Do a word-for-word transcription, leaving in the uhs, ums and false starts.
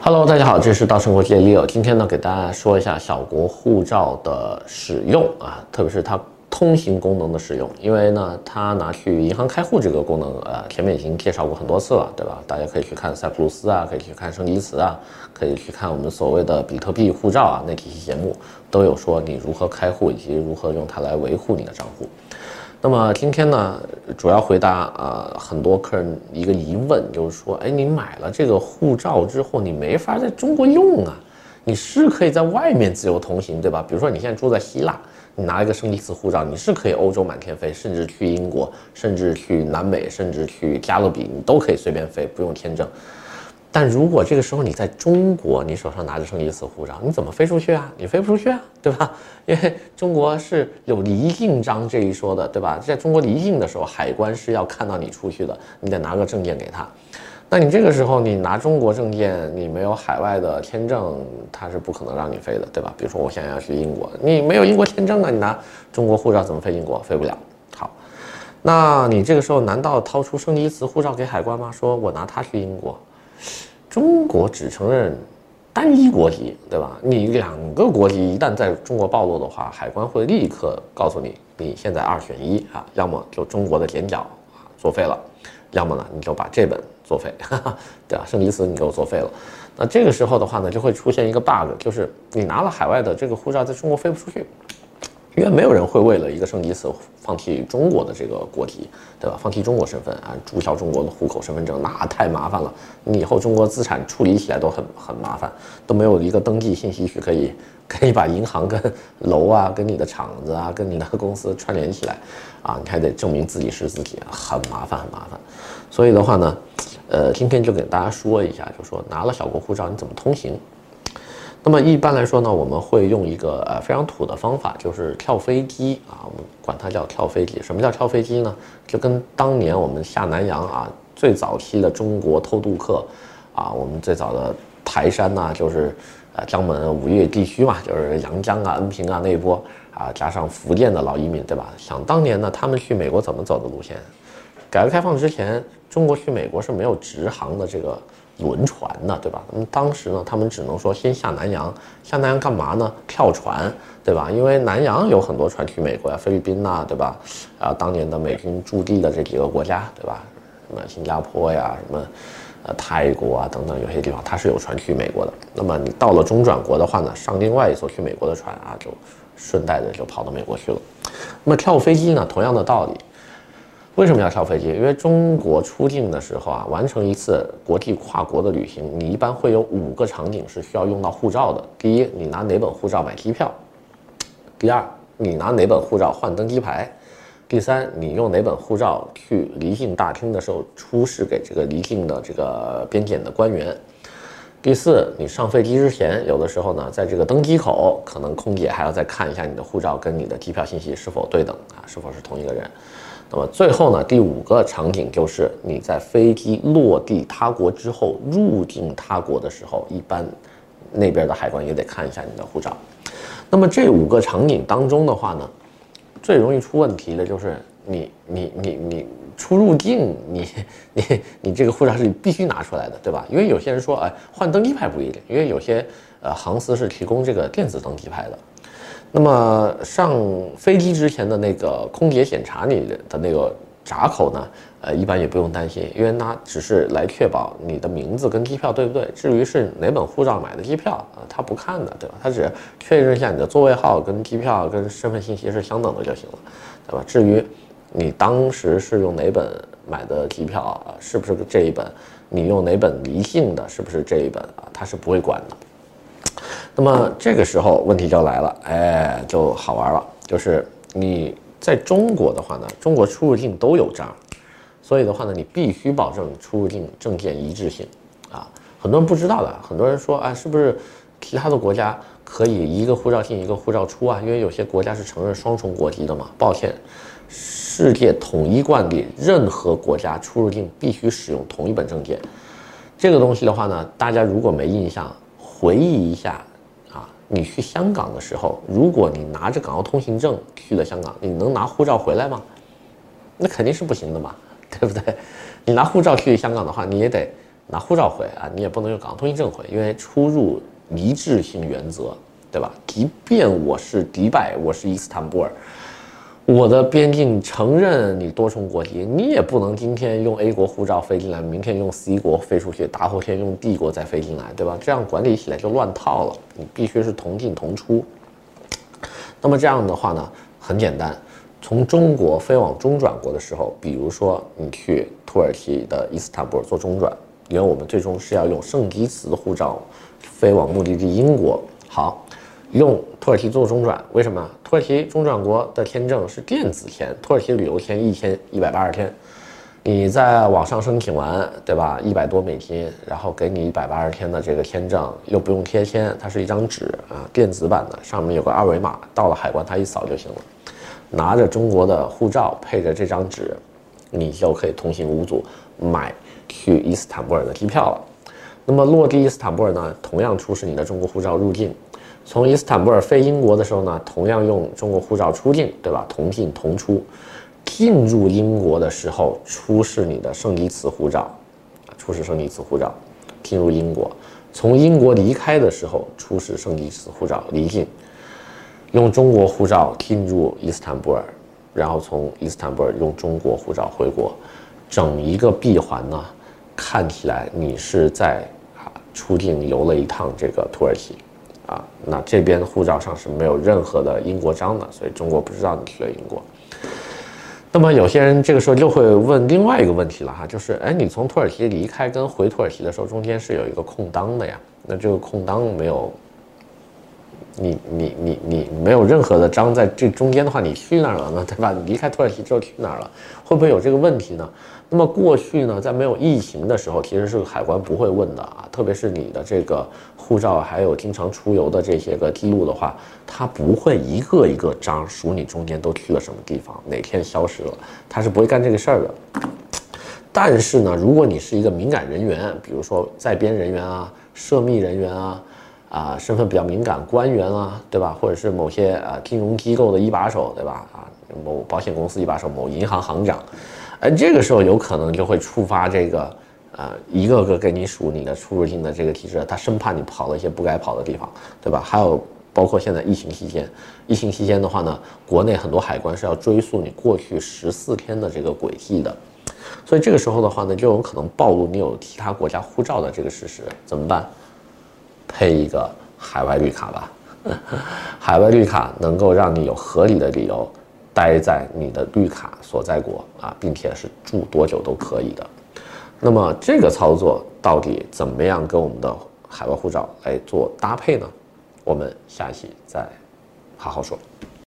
Hello， 大家好，这是稻盛国际的 Leo。今天呢，给大家说一下小国护照的使用啊，特别是它通行功能的使用。因为呢，它拿去银行开户这个功能，呃，前面已经介绍过很多次了，对吧？大家可以去看塞浦路斯啊，可以去看圣吉茨啊，可以去看我们所谓的比特币护照啊，那几期节目都有说你如何开户以及如何用它来维护你的账户。那么今天呢，主要回答呃很多客人一个疑问，就是说，哎，你买了这个护照之后，你没法在中国用啊，你是可以在外面自由通行，对吧？比如说你现在住在希腊，你拿一个圣吉茨护照，你是可以欧洲满天飞，甚至去英国，甚至去南美，甚至去加勒比，你都可以随便飞，不用签证。但如果这个时候你在中国，你手上拿着圣吉茨护照，你怎么飞出去啊？你飞不出去啊，对吧？因为中国是有离境章这一说的，对吧？在中国离境的时候，海关是要看到你出去的，你得拿个证件给他。那你这个时候你拿中国证件，你没有海外的签证，他是不可能让你飞的，对吧？比如说我现在要去英国，你没有英国签证啊，你拿中国护照怎么飞英国？飞不了。好，那你这个时候难道掏出圣吉茨护照给海关吗？说我拿它去英国？中国只承认单一国籍，对吧？你两个国籍一旦在中国暴露的话，海关会立刻告诉你，你现在二选一啊，要么就中国的剪脚啊作废了，要么呢你就把这本作废，哈哈，对吧？圣吉茨你给我作废了。那这个时候的话呢，就会出现一个 bug， 就是你拿了海外的这个护照，在中国飞不出去。因为没有人会为了一个圣吉茨放弃中国的这个国籍，对吧？放弃中国身份啊，注销中国的户口、身份证，那太麻烦了。你以后中国资产处理起来都很很麻烦，都没有一个登记信息去可以可以把银行跟楼啊、跟你的厂子啊、跟你的公司串联起来啊，你还得证明自己是自己，很麻烦很麻烦。所以的话呢，呃，今天就给大家说一下，就说拿了小国护照你怎么通行。那么一般来说呢，我们会用一个呃非常土的方法，就是跳飞机啊，我们管它叫跳飞机。什么叫跳飞机呢？就跟当年我们下南洋啊，最早期的中国偷渡客啊，我们最早的台山呐、啊，就是呃江门五岳地区嘛，就是阳江啊、恩平啊那一波啊，加上福建的老移民，对吧？想当年呢，他们去美国怎么走的路线？改革开放之前，中国去美国是没有直航的这个轮船的，对吧？那么当时呢，他们只能说先下南洋，下南洋干嘛呢？跳船，对吧？因为南洋有很多船去美国呀，菲律宾呐、啊，对吧？啊，当年的美军驻地的这几个国家，对吧？什么新加坡呀，什么呃泰国啊等等，有些地方它是有船去美国的。那么你到了中转国的话呢，上另外一艘去美国的船啊，就顺带着就跑到美国去了。那么跳飞机呢，同样的道理。为什么要跳飞机？因为中国出境的时候啊，完成一次国际跨国的旅行，你一般会有五个场景是需要用到护照的。第一，你拿哪本护照买机票；第二，你拿哪本护照换登机牌；第三，你用哪本护照去离境大厅的时候出示给这个离境的这个边检的官员；第四，你上飞机之前，有的时候呢，在这个登机口，可能空姐还要再看一下你的护照跟你的机票信息是否对等啊，是否是同一个人。那么最后呢，第五个场景就是你在飞机落地他国之后入境他国的时候，一般那边的海关也得看一下你的护照。那么这五个场景当中的话呢，最容易出问题的就是你你你你出入境，你你你这个护照是必须拿出来的，对吧？因为有些人说，哎，换登机牌不一定，因为有些呃航司是提供这个电子登机牌的。那么上飞机之前的那个空姐检查你的那个闸口呢，呃，一般也不用担心，因为它只是来确保你的名字跟机票对不对。至于是哪本护照买的机票啊，他不看的，对吧？他只确认一下你的座位号跟机票跟身份信息是相等的就行了，对吧？至于你当时是用哪本买的机票啊，是不是这一本？你用哪本离境的，是不是这一本啊？他是不会管的。那么这个时候问题就来了，哎，就好玩了，就是你在中国的话呢，中国出入境都有章，所以的话呢，你必须保证出入境证件一致性啊。很多人不知道的，很多人说，啊，是不是其他的国家可以一个护照进一个护照出啊？因为有些国家是承认双重国籍的嘛。抱歉，世界统一惯例，任何国家出入境必须使用同一本证件。这个东西的话呢，大家如果没印象，回忆一下。你去香港的时候，如果你拿着港澳通行证去了香港，你能拿护照回来吗？那肯定是不行的嘛，对不对？你拿护照去香港的话，你也得拿护照回啊，你也不能用港澳通行证回，因为出入一致性原则，对吧？即便我是迪拜，我是伊斯坦布尔，我的边境承认你多重国籍，你也不能今天用 A 国护照飞进来，明天用 C 国飞出去，大后天用 D 国再飞进来，对吧？这样管理起来就乱套了。你必须是同进同出。那么这样的话呢，很简单，从中国飞往中转国的时候，比如说你去土耳其的伊斯坦布尔做中转，因为我们最终是要用圣吉茨的护照飞往目的地英国。好，用土耳其做中转，为什么？土耳其中转国的签证是电子签，土耳其旅游签一千一百八十天，你在网上申请完，对吧？一百多美金，然后给你一百八十天的这个签证，又不用贴签，它是一张纸啊，电子版的，上面有个二维码，到了海关它一扫就行了。拿着中国的护照，配着这张纸，你就可以通行无阻买去伊斯坦布尔的机票了。那么落地伊斯坦布尔呢，同样出示你的中国护照入境。从伊斯坦布尔飞英国的时候呢，同样用中国护照出境，对吧？同进同出。进入英国的时候，出示你的圣吉茨护照，出示圣吉茨护照，进入英国。从英国离开的时候，出示圣吉茨护照离境。用中国护照进入伊斯坦布尔，然后从伊斯坦布尔用中国护照回国，整一个闭环呢，看起来你是在啊出境游了一趟这个土耳其。啊，那这边护照上是没有任何的英国章的，所以中国不知道你去了英国。那么有些人这个时候就会问另外一个问题了哈，就是，哎，你从土耳其离开跟回土耳其的时候，中间是有一个空档的呀，那这个空档没有，你你你你没有任何的章在这中间的话，你去哪儿了呢？对吧？你离开土耳其之后去哪儿了？会不会有这个问题呢？那么过去呢，在没有疫情的时候，其实是海关不会问的啊，特别是你的这个护照还有经常出游的这些个记录的话，它不会一个一个章数你中间都去了什么地方，哪天消失了，它是不会干这个事儿的。但是呢，如果你是一个敏感人员，比如说在编人员啊、涉密人员啊、啊身份比较敏感官员啊，对吧？或者是某些啊金融机构的一把手，对吧？啊，某保险公司一把手、某银行行长。哎，这个时候有可能就会触发这个，呃，一个个给你数你的出入境的这个体制，他生怕你跑了一些不该跑的地方，对吧？还有包括现在疫情期间，疫情期间的话呢，国内很多海关是要追溯你过去十四天的这个轨迹的，所以这个时候的话呢，就有可能暴露你有其他国家护照的这个事实，怎么办？配一个海外绿卡吧，海外绿卡能够让你有合理的理由待在你的绿卡所在国啊，并且是住多久都可以的。那么这个操作到底怎么样跟我们的海外护照来做搭配呢？我们下一期再好好说。